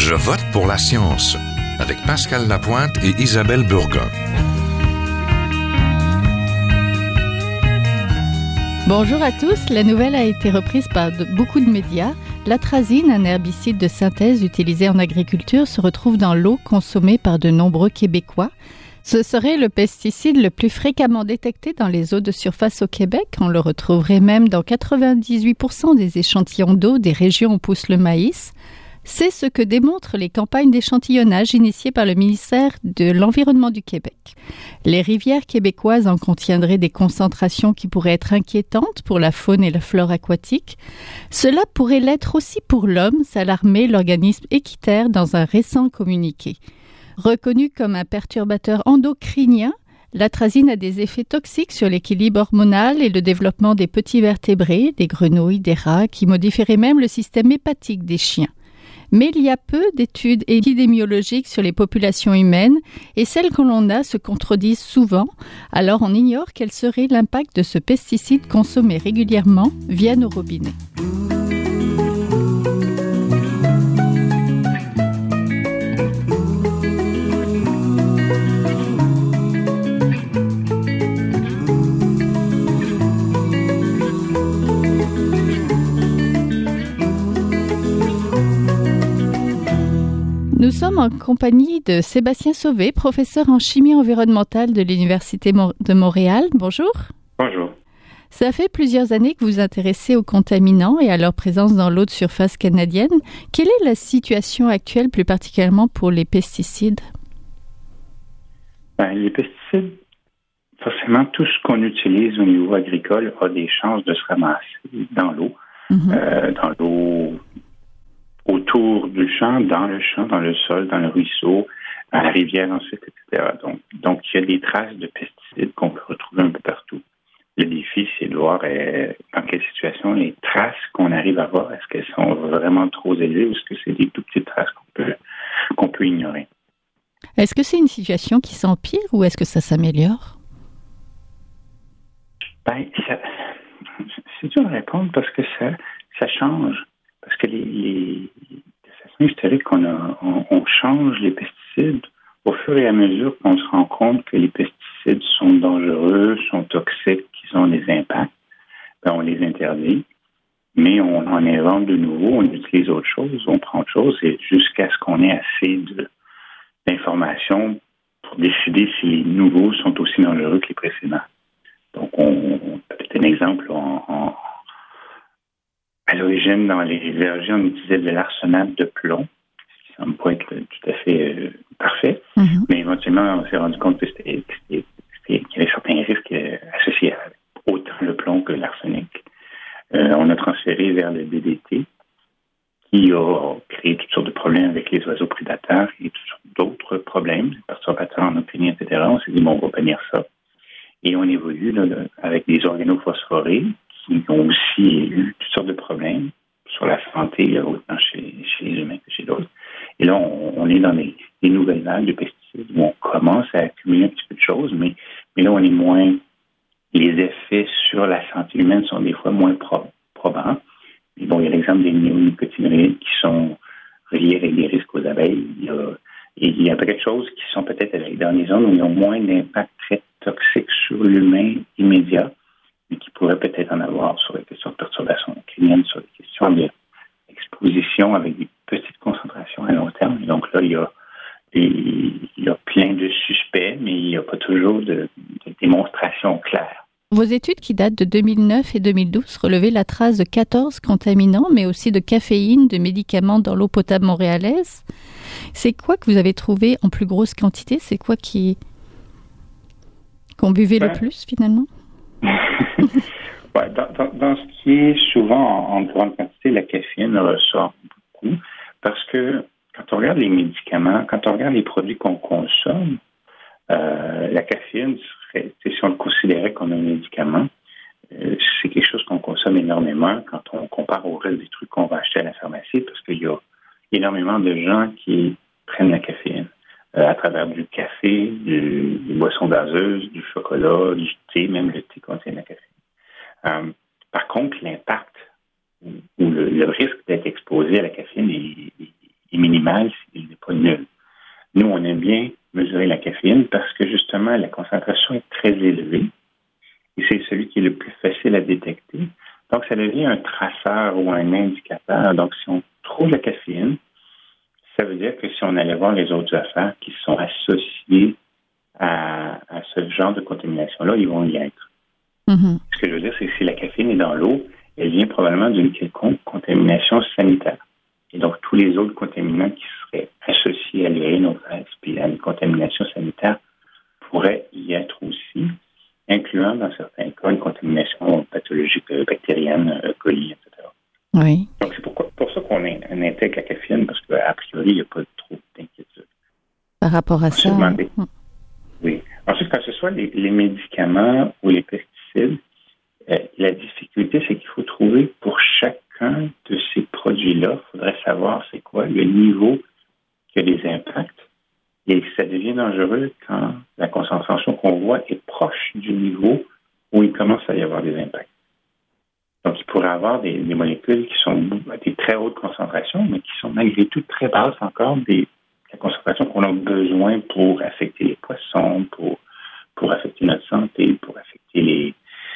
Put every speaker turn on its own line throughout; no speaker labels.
Je vote pour la science avec Pascal Lapointe et Isabelle Burgon.
Bonjour à tous. La nouvelle a été reprise par beaucoup de médias. L'atrazine, un herbicide de synthèse utilisé en agriculture, se retrouve dans l'eau consommée par de nombreux Québécois. Ce serait le pesticide le plus fréquemment détecté dans les eaux de surface au Québec. On le retrouverait même dans 98% des échantillons d'eau des régions où pousse le maïs. C'est ce que démontrent les campagnes d'échantillonnage initiées par le ministère de l'Environnement du Québec. Les rivières québécoises en contiendraient des concentrations qui pourraient être inquiétantes pour la faune et la flore aquatique. Cela pourrait l'être aussi pour l'homme, s'alarmait l'organisme Équiterre dans un récent communiqué. Reconnu comme un perturbateur endocrinien, l'atrazine a des effets toxiques sur l'équilibre hormonal et le développement des petits vertébrés, des grenouilles, des rats, qui modifieraient même le système hépatique des chiens. Mais il y a peu d'études épidémiologiques sur les populations humaines et celles que l'on a se contredisent souvent. Alors on ignore quel serait l'impact de ce pesticide consommé régulièrement via nos robinets. Nous sommes en compagnie de Sébastien Sauvé, professeur en chimie environnementale de l'Université de Montréal. Bonjour.
Bonjour.
Ça fait plusieurs années que vous vous intéressez aux contaminants et à leur présence dans l'eau de surface canadienne. Quelle est la situation actuelle, plus particulièrement pour les pesticides?
Les pesticides, forcément, tout ce qu'on utilise au niveau agricole a des chances de se ramasser dans l'eau. Dans l'eau autour du champ, dans le sol, dans le ruisseau, dans la rivière ensuite, etc. Donc, il y a des traces de pesticides qu'on peut retrouver un peu partout. Le défi, c'est de voir dans quelle situation les traces qu'on arrive à voir, est-ce qu'elles sont vraiment trop élevées ou est-ce que c'est des tout petites traces qu'on peut ignorer.
Est-ce que c'est une situation qui s'empire ou est-ce que ça s'améliore?
C'est dur à répondre parce que ça change. Parce que de façon historique, on change les pesticides au fur et à mesure qu'on se rend compte que les pesticides sont dangereux, sont toxiques, qu'ils ont des impacts. On les interdit, mais on en invente de nouveaux, on utilise autre chose, on prend autre chose, et jusqu'à ce qu'on ait assez d'informations pour décider si les nouveaux sont aussi dangereux que les précédents. Donc, peut-être un exemple, à l'origine, dans les vergers, on utilisait de l'arsenate de plomb, ce qui semble pas être tout à fait parfait. Mm-hmm. Mais éventuellement, on s'est rendu compte qu'il y avait certains risques associés à autant le plomb que l'arsenic. On a transféré vers le DDT, qui a créé toutes sortes de problèmes avec les oiseaux prédateurs et toutes sortes d'autres problèmes, les perturbateurs endocriniens, etc. On s'est dit, on va bannir ça. Et on évolue avec des organophosphorés, qui ont aussi eu toutes sortes de problèmes sur la santé, autant chez les humains que chez d'autres. Et là, on est dans des nouvelles vagues de pesticides où on commence à accumuler un petit peu de choses, mais là, on est moins... Les effets sur la santé humaine sont des fois moins probants. Mais bon, il y a l'exemple des néonicotinoïdes qui sont reliés avec des risques aux abeilles. Il y a peut-être choses qui sont peut-être dans les zones où ils ont moins d'impact très toxique sur l'humain immédiat, mais qui pourrait peut-être en avoir sur les questions de perturbation endocrinienne, sur les questions d'exposition avec des petites concentrations à long terme. Et donc là, il y a plein de suspects, mais il n'y a pas toujours de démonstration claire.
Vos études qui datent de 2009 et 2012 relevaient la trace de 14 contaminants, mais aussi de caféine, de médicaments dans l'eau potable montréalaise. C'est quoi que vous avez trouvé en plus grosse quantité? C'est quoi qu'on buvait le plus, finalement?
Dans ce qui est souvent en grande quantité, la caféine ressort beaucoup parce que quand on regarde les médicaments, quand on regarde les produits qu'on consomme, la caféine serait, si on le considérait comme un médicament, c'est quelque chose qu'on consomme énormément quand on compare au reste des trucs qu'on va acheter à la pharmacie parce qu'il y a énormément de gens qui prennent la caféine. À travers du café, des boissons gazeuses, du chocolat, du thé, même le thé contient de la caféine. Par contre, l'impact ou le risque d'être exposé à la caféine minimal s'il n'est pas nul. Nous, on aime bien mesurer la caféine parce que justement, la concentration est très élevée et c'est celui qui est le plus facile à détecter. Donc, ça devient un traceur ou un indicateur. Donc, si on trouve la caféine, ça veut dire que si on allait voir les autres affaires qui sont associées à ce genre de contamination-là, ils vont y être. Mm-hmm. Ce que je veux dire, c'est que si la caféine est dans l'eau, elle vient probablement d'une quelconque contamination sanitaire. Et donc, tous les autres contaminants qui seraient associés à l'urine aux fesses puis à une contamination sanitaire pourraient y être aussi, incluant dans certains cas une contamination pathologique bactérienne, coli, etc.
Oui.
Donc, c'est pour ça qu'on intègre la caféine, parce qu'a priori, il n'y a pas trop d'inquiétude.
Par rapport à ça.
Oui. Ensuite, quand ce soit les médicaments ou les pesticides, la difficulté, c'est qu'il faut trouver pour chacun de ces produits-là, il faudrait savoir c'est quoi le niveau qui a des impacts. Et ça devient dangereux quand la concentration qu'on voit est proche du niveau où il commence à y avoir des impacts. Donc, il pourrait y avoir des molécules qui sont à des très hautes concentrations, mais qui sont malgré tout très basses encore la concentration qu'on a besoin pour affecter les poissons, pour affecter notre santé, pour affecter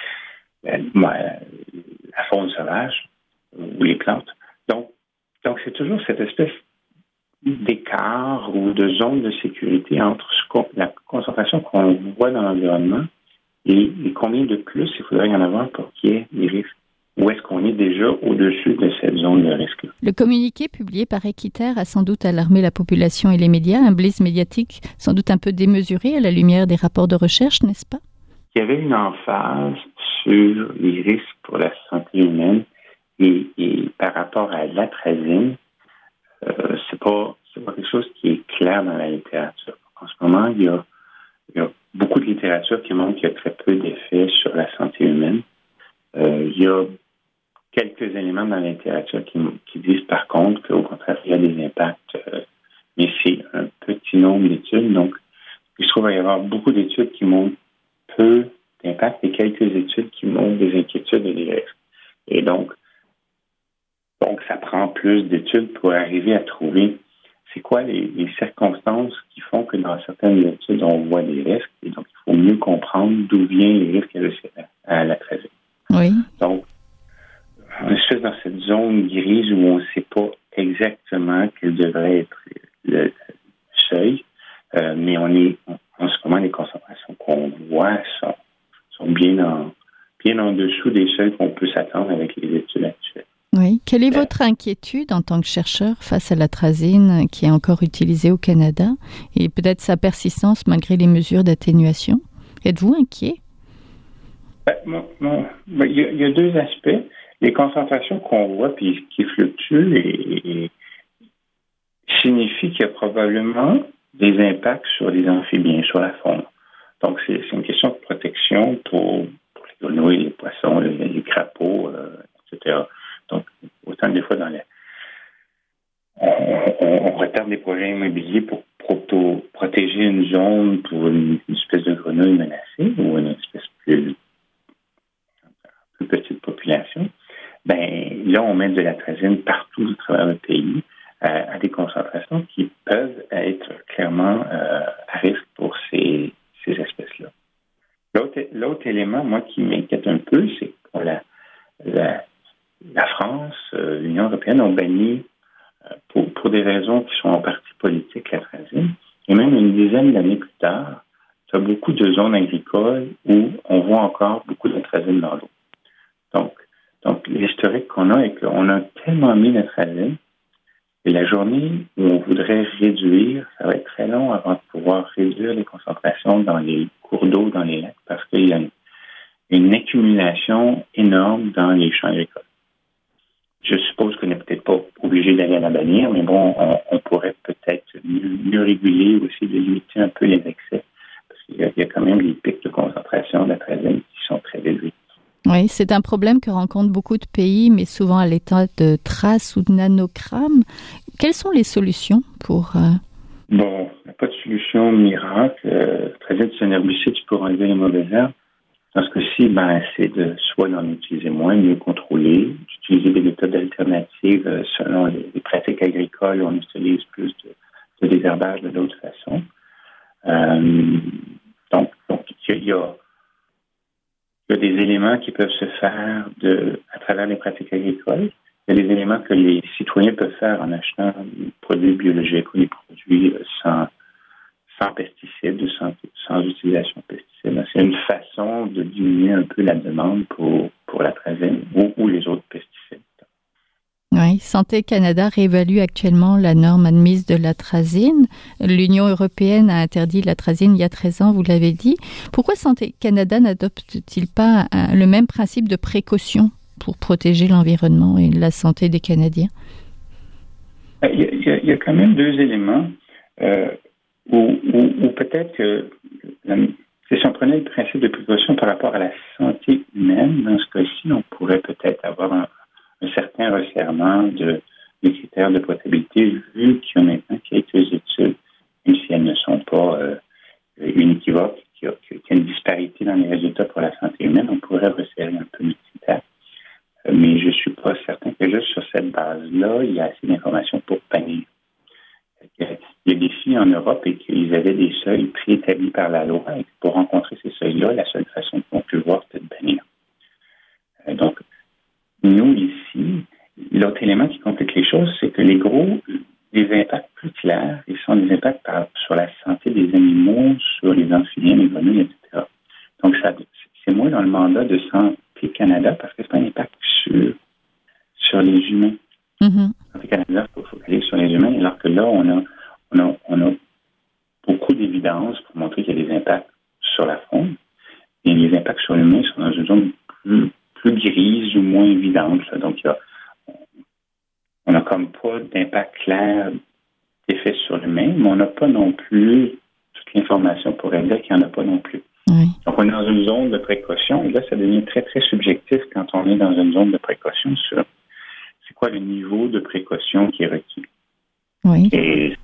la faune sauvage ou les plantes. Donc c'est toujours cette espèce d'écart ou de zone de sécurité entre la concentration qu'on voit dans l'environnement et combien de plus il faudrait y en avoir pour qu'il y ait des risques. Où est-ce qu'on est déjà au-dessus de cette zone de risque-là?
Le communiqué publié par Équiterre a sans doute alarmé la population et les médias, un blitz médiatique sans doute un peu démesuré à la lumière des rapports de recherche, n'est-ce pas?
Il y avait une emphase sur les risques pour la santé humaine et par rapport à l'atrazine, c'est pas quelque chose qui est clair dans la littérature. En ce moment, il y a beaucoup de littérature qui montre qu'il y a très peu d'effets sur la santé humaine. Il y a quelques éléments dans la littérature qui disent par contre qu'au contraire, il y a des impacts, mais c'est un petit nombre d'études. Donc, il se trouve y avoir beaucoup d'études qui montrent peu d'impact et quelques études qui montrent des inquiétudes et des risques. Et donc, ça prend plus d'études pour arriver à trouver c'est quoi les circonstances qui font que dans certaines études, on voit des risques. Et donc, il faut mieux comprendre d'où viennent les risques à l'atrazine.
Oui. Donc,
on est juste dans cette zone grise où on ne sait pas exactement quel devrait être le seuil, mais en ce moment, les concentrations qu'on voit sont bien en dessous des seuils qu'on peut s'attendre avec les études actuelles.
Oui. Quelle est votre inquiétude en tant que chercheur face à l'atrazine qui est encore utilisée au Canada et peut-être sa persistance malgré les mesures d'atténuation? Êtes-vous inquiet?
Il y a deux aspects. Les concentrations qu'on voit puis qui fluctuent et signifient qu'il y a probablement des impacts sur les amphibiens, sur la faune. Donc, c'est une question de protection pour les grenouilles, les poissons, les crapauds, etc. Donc, autant des fois on retarde des projets immobiliers pour protéger une zone pour une espèce de grenouille menacée ou une espèce plus petite population. Là, on met de l'atrazine partout à travers le pays à des concentrations qui peuvent être clairement à risque pour ces espèces-là. L'autre élément, moi, qui m'inquiète un peu, c'est que la France, l'Union européenne ont banni, pour des raisons qui sont en partie politiques, l'atrazine. Et même une dizaine d'années plus tard, il y a beaucoup de zones agricoles où on voit encore beaucoup d'atrazine dans l'eau. Donc, l'historique qu'on a est qu'on a tellement mis d'atrazine et la journée où on voudrait réduire, ça va être très long avant de pouvoir réduire les concentrations dans les cours d'eau, dans les lacs, parce qu'il y a une accumulation énorme dans les champs agricoles. Je suppose qu'on n'est peut-être pas obligé d'aller à la bannir, mais bon, on pourrait peut-être mieux réguler ou essayer de limiter un peu les excès, parce qu'il y a quand même des pics de concentration d'atrazine qui sont très élevés.
Oui, c'est un problème que rencontrent beaucoup de pays, mais souvent à l'état de traces ou de nanogrammes. Quelles sont les solutions pour...
Bon, il n'y a pas de solution miracle. L'atrazine, c'est un herbicide pour enlever les mauvaises herbes. Dans ce cas-ci, c'est de soit d'en utiliser moins, mieux contrôler, d'utiliser des méthodes alternatives selon les pratiques agricoles agricole, on utilise plus de désherbage de d'autres façons. Donc, il y a des éléments qui peuvent se faire à travers les pratiques agricoles. Il y a des éléments que les citoyens peuvent faire en achetant des produits biologiques ou des produits sans pesticides ou sans utilisation de pesticides. C'est une façon de diminuer un peu la demande pour l'atrazine ou les autres pesticides.
Oui, Santé Canada réévalue actuellement la norme admise de l'atrazine. L'Union européenne a interdit l'atrazine il y a 13 ans, vous l'avez dit. Pourquoi Santé Canada n'adopte-t-il pas le même principe de précaution pour protéger l'environnement et la santé des Canadiens?
Il y a quand même deux éléments où peut-être que si on prenait le principe de précaution par rapport à la santé humaine, dans ce cas-ci, on pourrait peut-être avoir un certain resserrement des critères de potabilité, vu qu'il y a maintenant quelques études, même si elles ne sont pas univoques, qu'il y a une disparité dans les résultats pour la santé humaine, on pourrait resserrer un peu les critères. Mais je ne suis pas certain que juste sur cette base-là, il y a assez d'informations pour bannir. Il y a des filles en Europe et qu'ils avaient des seuils préétablis par la loi. Et pour rencontrer ces seuils-là, la seule façon qu'on peut voir, c'est de bannir. Donc, nous, ici, l'autre élément qui complique les choses, c'est que les impacts plus clairs, ils sont des impacts sur la santé des animaux, sur les amphibiens, les grenouilles, etc. Donc, c'est moins dans le mandat de Santé Canada parce que c'est pas un impact sur les humains.
Mm-hmm.
Santé Canada, il faut focaliser sur les humains, alors que là, on a beaucoup d'évidence pour montrer qu'il y a des impacts sur la faune. Et les impacts sur l'humain sont dans une zone plus grise ou moins évidente. Là. Donc, on n'a comme pas d'impact clair d'effet sur l'humain, mais on n'a pas non plus toute l'information pour dire qu'il n'y en a pas non plus.
Oui.
Donc, on est dans une zone de précaution, et là, ça devient très, très subjectif quand on est dans une zone de précaution sur c'est quoi le niveau de précaution qui est requis.
Oui.
Et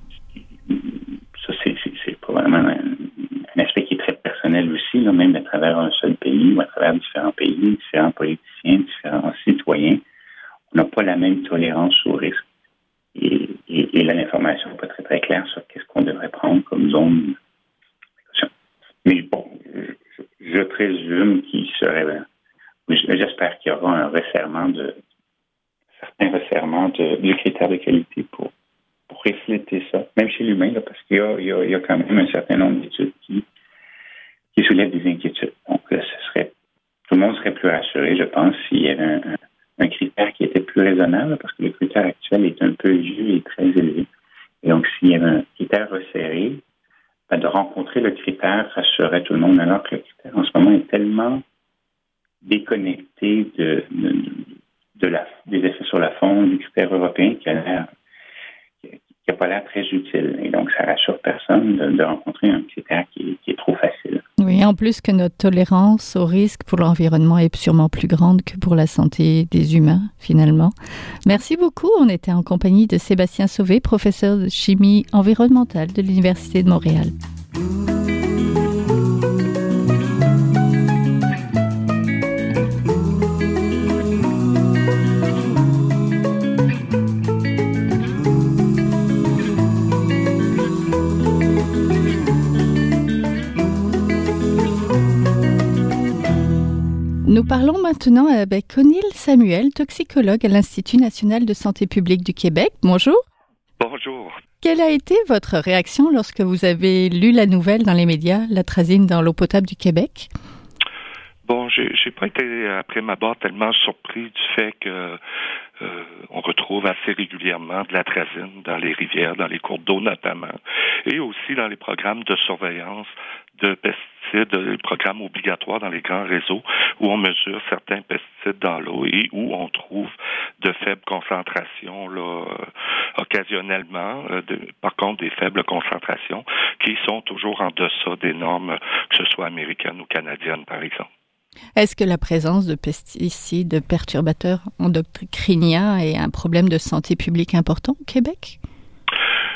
ça, c'est probablement un aspect qui est très personnel aussi, là, même à travers un seul pays ou à travers différents pays, différents politiciens, différents citoyens. On n'a pas la même tolérance au risque. Et là, l'information n'est pas très, très claire sur qu'est-ce qu'on devrait prendre comme zone de précaution. Mais bon, je présume qu'il serait... J'espère qu'il y aura un resserrement certains resserrements du critère de qualité pour refléter ça, même chez l'humain, là, parce qu'il y a quand même un certain nombre d'études qui soulèvent des inquiétudes. Donc, tout le monde serait plus rassuré, je pense, s'il y avait un critère qui était plus raisonnable, parce que le critère actuel est un peu vieux et très élevé. Et donc, s'il y avait un critère resserré, de rencontrer le critère rassurerait tout le monde, alors que le critère en ce moment est tellement déconnecté des effets sur la faune du critère européen qui n'a pas l'air très utile. Et donc, ça rassure personne de rencontrer un critère qui est trop facile.
Oui, en plus que notre tolérance au risque pour l'environnement est sûrement plus grande que pour la santé des humains, finalement. Merci beaucoup. On était en compagnie de Sébastien Sauvé, professeur de chimie environnementale de l'Université de Montréal. Nous parlons maintenant avec O'Neill Samuel, toxicologue à l'Institut national de santé publique du Québec. Bonjour.
Bonjour.
Quelle a été votre réaction lorsque vous avez lu la nouvelle dans les médias, l'atrazine dans l'eau potable du Québec?
Bon, j'ai pas été, après ma barre, tellement surpris du fait que on retrouve assez régulièrement de l'atrazine dans les rivières, dans les cours d'eau notamment, et aussi dans les programmes de surveillance de pesticides, les programmes obligatoires dans les grands réseaux où on mesure certains pesticides dans l'eau et où on trouve de faibles concentrations, là, occasionnellement, par contre des faibles concentrations qui sont toujours en deçà des normes, que ce soit américaines ou canadiennes, par exemple.
Est-ce que la présence de pesticides, de perturbateurs endocriniens est un problème de santé publique important au Québec?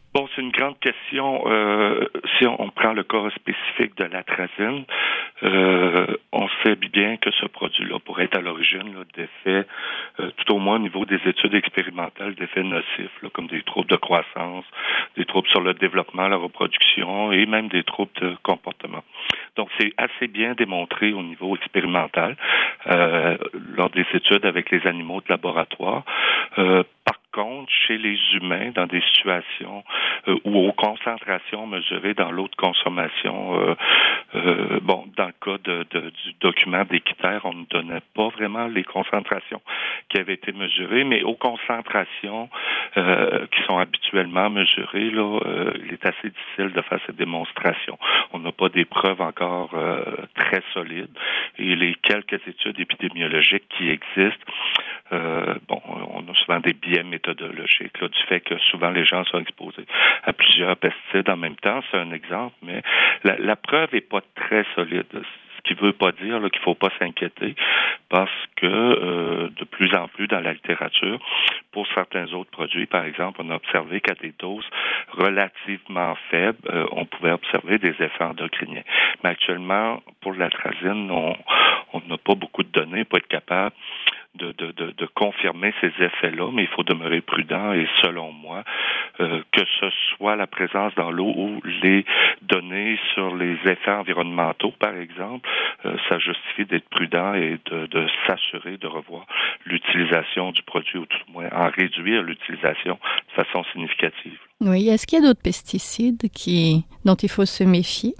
Bon, c'est une grande question. Si on prend le cas spécifique de l'atrazine, on sait bien que ce produit-là pourrait être à l'origine d'effets, tout au moins au niveau des études expérimentales, d'effets nocifs, là, comme des troubles de croissance, des troubles sur le développement, la reproduction et même des troubles de comportement. Donc, c'est assez bien démontré au niveau expérimental lors des études avec les animaux de laboratoire. Par contre, chez les humains, dans des situations ou aux concentrations mesurées dans l'eau de consommation, dans le cas du document d'Équiterre, on ne donnait pas vraiment les concentrations qui avaient été mesurées, mais aux concentrations qui sont habituellement mesurées, là, il est assez difficile de faire cette démonstration. On n'a pas des preuves encore très solides et les quelques études épidémiologiques qui existent, on a souvent des biais méthodologiques là, du fait que souvent les gens sont exposés à plusieurs pesticides en même temps. C'est un exemple, mais la preuve n'est pas très solide. Ce qui ne veut pas dire là, qu'il ne faut pas s'inquiéter parce que de plus en plus dans la littérature, pour certains autres produits, par exemple, on a observé qu'à des doses relativement faibles, on pouvait observer des effets endocriniens. Mais actuellement, pour l'atrazine, on n'a pas beaucoup de données pour être capable de confirmer ces effets-là, mais il faut demeurer prudent et selon moi, que ce soit la présence dans l'eau ou les données sur les effets environnementaux, par exemple, ça justifie d'être prudent et de s'assurer de revoir l'utilisation du produit ou tout au moins en réduire l'utilisation de façon significative.
Oui, est-ce qu'il y a d'autres pesticides dont il faut se méfier?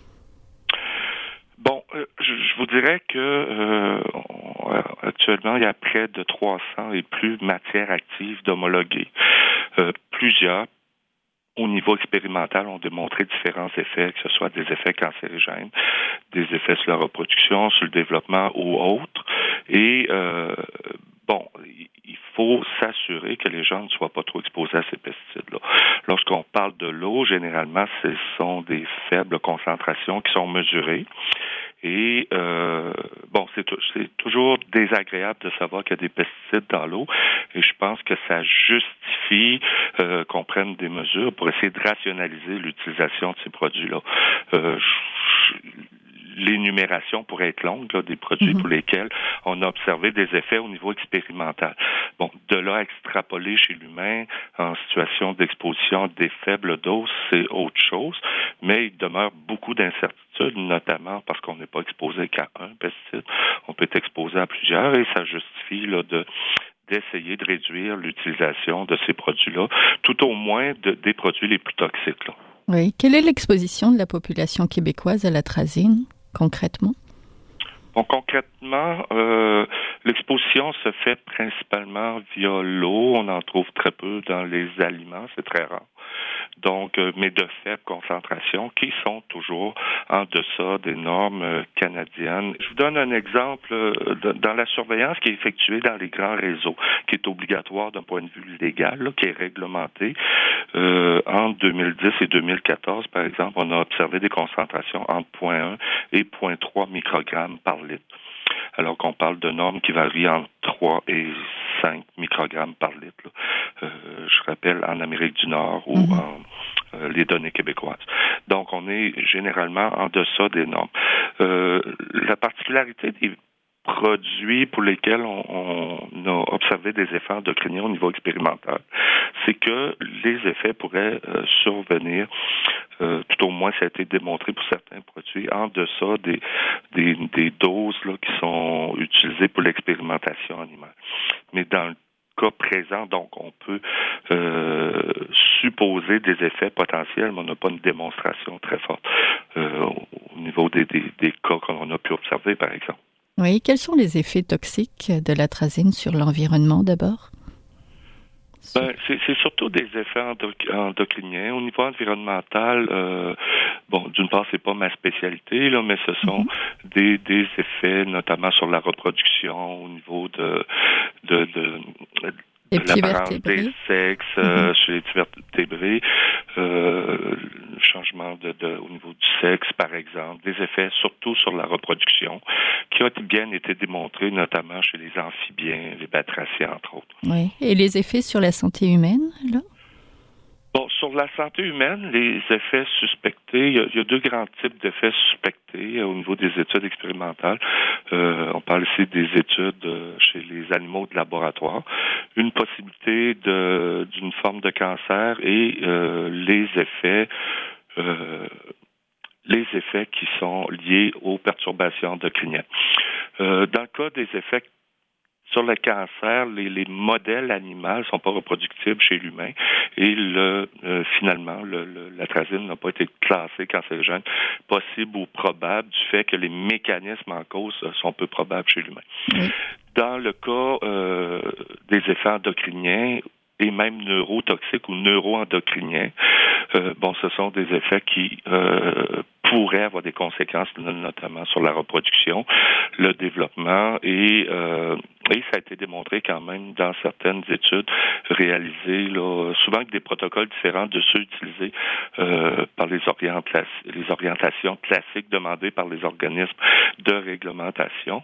Bon, je vous dirais que actuellement, il y a près de 300 et plus matières actives d'homologuées. Plusieurs, au niveau expérimental, ont démontré différents effets, que ce soit des effets cancérigènes, des effets sur la reproduction, sur le développement ou autres. Et il faut s'assurer que les gens ne soient pas trop exposés à ces pesticides-là. Lorsqu'on parle de l'eau, généralement, ce sont des faibles concentrations qui sont mesurées. Et c'est toujours désagréable de savoir qu'il y a des pesticides dans l'eau. Et je pense que ça justifie qu'on prenne des mesures pour essayer de rationaliser l'utilisation de ces produits-là. L'énumération pourrait être longue là, des produits pour lesquels on a observé des effets au niveau expérimental. Bon, de là à extrapoler chez l'humain en situation d'exposition des faibles doses, c'est autre chose, mais il demeure beaucoup d'incertitudes, notamment parce qu'on n'est pas exposé qu'à un pesticide, on peut être exposé à plusieurs et ça justifie là, d'essayer de réduire l'utilisation de ces produits-là, tout au moins des produits les plus toxiques. Là.
Oui. Quelle est l'exposition de la population québécoise à l'atrazine, concrètement?
Bon, concrètement, l'exposition se fait principalement via l'eau. On en trouve très peu dans les aliments, c'est très rare. Donc, mais de faibles concentrations qui sont toujours en deçà des normes canadiennes. Je vous donne un exemple dans la surveillance qui est effectuée dans les grands réseaux, qui est obligatoire d'un point de vue légal, là, qui est réglementé. Entre 2010 et 2014, par exemple, on a observé des concentrations entre 0,1 et 0,3 microgrammes par litre. Alors qu'on parle de normes qui varient entre 3 et 5 microgrammes par litre. Je rappelle, en Amérique du Nord ou les données québécoises. Donc, on est généralement en deçà des normes. La particularité des produits pour lesquels on a observé des effets endocriniens au niveau expérimental, c'est que les effets pourraient survenir, tout au moins ça a été démontré pour certains produits, en deçà des doses là, qui sont utilisées pour l'expérimentation animale. Mais dans le cas présent, donc on peut supposer des effets potentiels, mais on n'a pas une démonstration très forte au niveau des cas qu'on a pu observer, par exemple.
Oui, quels sont les effets toxiques de l'atrazine sur l'environnement d'abord?
C'est surtout des effets endocriniens. Au niveau environnemental, d'une part, c'est pas ma spécialité, là, mais ce sont des effets, notamment sur la reproduction, au niveau de l'apparence des sexes chez les petits vertébrés, changement au niveau du sexe, par exemple, des effets surtout sur la reproduction, qui ont bien été démontrés, notamment chez les amphibiens, les batraciens, entre autres.
Oui. Et les effets sur la santé humaine, là?
Bon, sur la santé humaine, les effets suspectés, il y a deux grands types d'effets suspectés au niveau des études expérimentales. On parle ici des études chez les animaux de laboratoire. Une possibilité d'une forme de cancer et les effets qui sont liés aux perturbations endocriniennes. Dans le cas des effets sur le cancer, les modèles animaux ne sont pas reproductibles chez l'humain et finalement, l'atrazine n'a pas été classée cancérigène possible ou probable du fait que les mécanismes en cause sont peu probables chez l'humain. Oui. Dans le cas des effets endocriniens, et même neurotoxiques ou neuroendocriniens, ce sont des effets qui pourraient avoir des conséquences, notamment sur la reproduction, le développement et ça a été démontré quand même dans certaines études réalisées, souvent avec des protocoles différents de ceux utilisés par les orientations classiques demandées par les organismes de réglementation.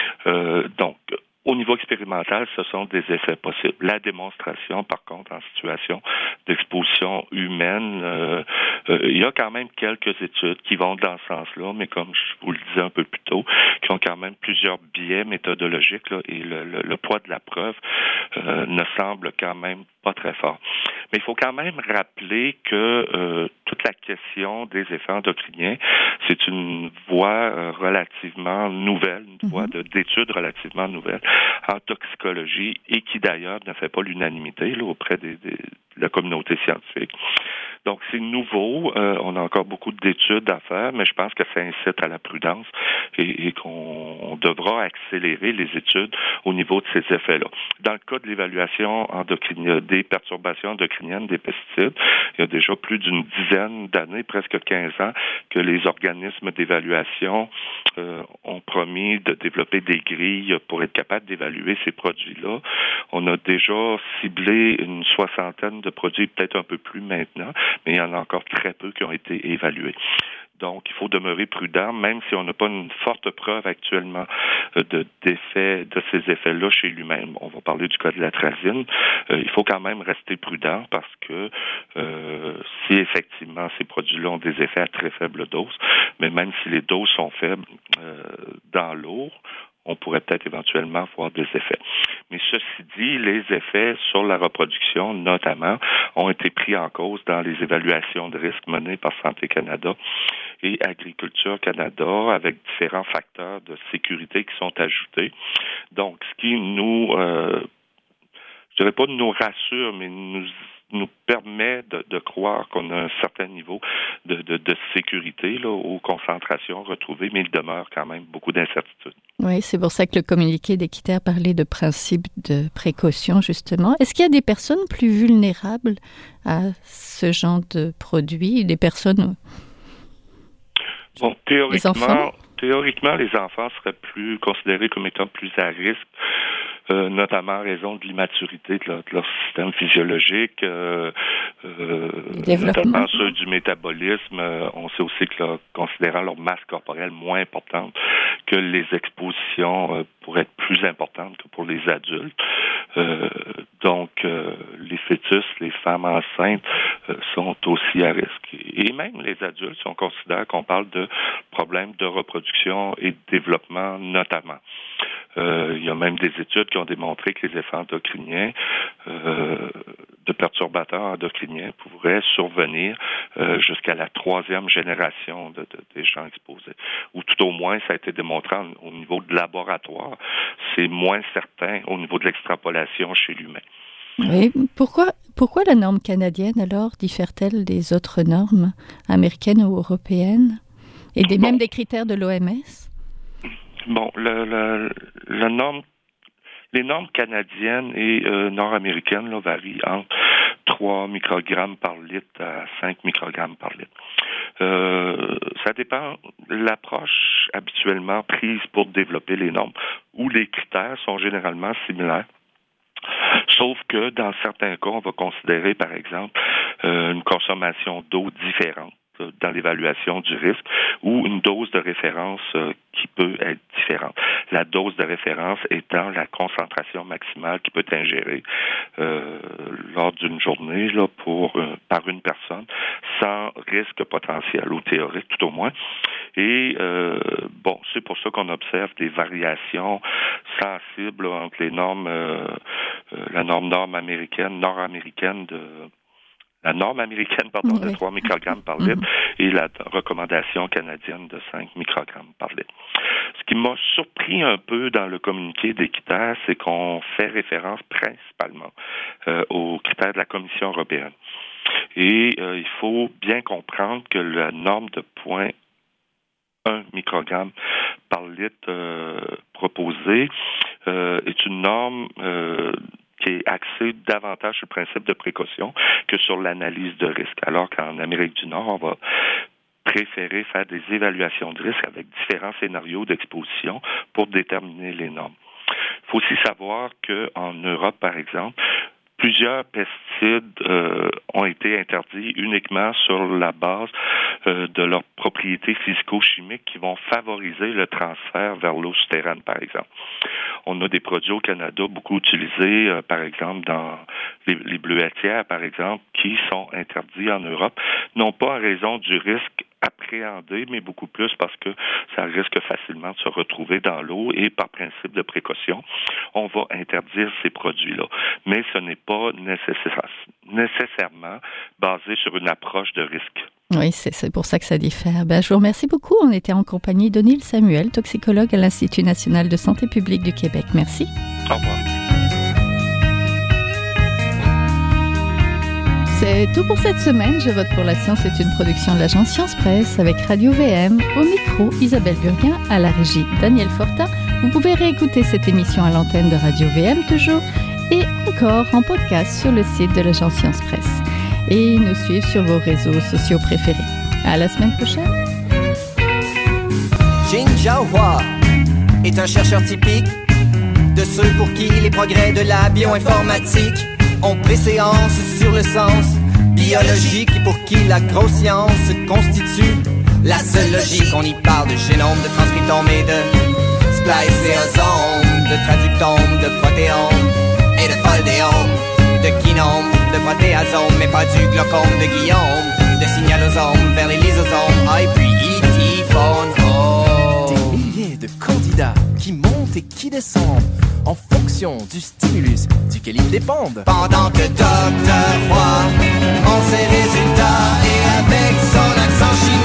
Donc, au niveau expérimental, ce sont des effets possibles. La démonstration, par contre, en situation d'exposition humaine, il y a quand même quelques études qui vont dans ce sens-là, mais comme je vous le disais un peu plus tôt, qui ont quand même plusieurs biais méthodologiques là, et le poids de la preuve ne semble quand même pas très fort. Mais il faut quand même rappeler que toute la question des effets endocriniens, c'est une voie relativement nouvelle, une voie d'études relativement nouvelle en toxicologie et qui d'ailleurs ne fait pas l'unanimité là, auprès de la communauté scientifique. Donc, c'est nouveau. On a encore beaucoup d'études à faire, mais je pense que ça incite à la prudence et qu'on devra accélérer les études au niveau de ces effets-là. Dans le cas de l'évaluation des perturbations endocriniennes des pesticides, il y a déjà plus d'une dizaine d'années, presque 15 ans, que les organismes d'évaluation ont promis de développer des grilles pour être capables d'évaluer ces produits-là. On a déjà ciblé une soixantaine de produits, peut-être un peu plus maintenant, mais il y en a encore très peu qui ont été évalués. Donc, il faut demeurer prudent, même si on n'a pas une forte preuve actuellement de ces effets-là chez l'humain. On va parler du cas de l'atrazine. Il faut quand même rester prudent parce que si effectivement ces produits-là ont des effets à très faible dose, mais même si les doses sont faibles dans l'eau, on pourrait peut-être éventuellement voir des effets. Mais ceci dit, les effets sur la reproduction, notamment, ont été pris en cause dans les évaluations de risque menées par Santé Canada et Agriculture Canada avec différents facteurs de sécurité qui sont ajoutés. Donc, ce qui je dirais pas nous rassure, mais nous permet de croire qu'on a un certain niveau de sécurité là, aux concentrations retrouvées, mais il demeure quand même beaucoup d'incertitudes.
Oui, c'est pour ça que le communiqué d'Équiterre parlait de principe de précaution, justement. Est-ce qu'il y a des personnes plus vulnérables à ce genre de produits, des personnes...
Bon, théoriquement, les enfants seraient considérés comme étant plus à risque, notamment en raison de l'immaturité de leur système physiologique, notamment ceux du métabolisme. On sait aussi que considérant leur masse corporelle moins importante, que les expositions pourraient être plus importantes que pour les adultes. Donc, les fœtus, les femmes enceintes sont aussi à risque. Et même les adultes, si on considère qu'on parle de problèmes de reproduction et de développement notamment. Il y a même des études qui ont démontré que les effets endocriniens, de perturbateurs endocriniens pourraient survenir jusqu'à la 3e génération des gens exposés. Ou tout au moins, ça a été démontré au niveau de laboratoire. C'est moins certain au niveau de l'extrapolation chez l'humain.
Oui. Pourquoi la norme canadienne, alors, diffère-t-elle des autres normes américaines ou européennes et même des critères de l'OMS?
Bon, les normes canadiennes et nord-américaines là, varient entre 3 microgrammes par litre à 5 microgrammes par litre. Ça dépend de l'approche habituellement prise pour développer les normes, où les critères sont généralement similaires. Sauf que dans certains cas, on va considérer, par exemple, une consommation d'eau différente dans l'évaluation du risque ou une dose de référence qui peut être différente. La dose de référence étant la concentration maximale qui peut être ingérée lors d'une journée là, par une personne, sans risque potentiel ou théorique tout au moins. Et c'est pour ça qu'on observe des variations sensibles là, entre les normes, la norme nord-américaine de 3 microgrammes par litre et la recommandation canadienne de 5 microgrammes par litre. Ce qui m'a surpris un peu dans le communiqué des critères, c'est qu'on fait référence principalement aux critères de la Commission européenne. Et il faut bien comprendre que la norme de 0,1 microgramme par litre proposée est une norme qui est axé davantage sur le principe de précaution que sur l'analyse de risque. Alors qu'en Amérique du Nord, on va préférer faire des évaluations de risque avec différents scénarios d'exposition pour déterminer les normes. Il faut aussi savoir qu'en Europe, par exemple, plusieurs pesticides ont été interdits uniquement sur la base de leurs propriétés physico-chimiques qui vont favoriser le transfert vers l'eau souterraine, par exemple. On a des produits au Canada beaucoup utilisés, par exemple, dans les bleuetières, par exemple, qui sont interdits en Europe, non pas en raison du risque appréhendé, mais beaucoup plus parce que ça risque facilement de se retrouver dans l'eau et par principe de précaution, on va interdire ces produits-là. Mais ce n'est pas nécessairement basé sur une approche de risque.
Oui, c'est pour ça que ça diffère. Je vous remercie beaucoup. On était en compagnie d'O'Neill Samuel, toxicologue à l'Institut national de santé publique du Québec. Merci.
Au revoir.
C'est tout pour cette semaine. Je vote pour la science est une production de l'agence Science Presse avec Radio VM. Au micro, Isabelle Burguin, à la régie, Daniel Fortin. Vous pouvez réécouter cette émission à l'antenne de Radio VM toujours et encore en podcast sur le site de l'agence Science Presse. Et nous suivre sur vos réseaux sociaux préférés. À la semaine prochaine.
Jin Jiahua est un chercheur typique de ceux pour qui les progrès de la bioinformatique ont préséance sur le sens biologique et pour qui la grosse science constitue la seule logique. On y parle de génome, de transcriptome et de spliceosome, de traductome, de protéome et de foldéome, de kinome, de protéasome, mais pas du glaucome de Guillaume, de signalosome vers les lysosomes, et puis E.T. phone home.
Des milliers de candidats qui montent et qui descendent en fonction du stimulus duquel ils dépendent.
Pendant que Dr. Roy, on ses résultats et avec son accent chinois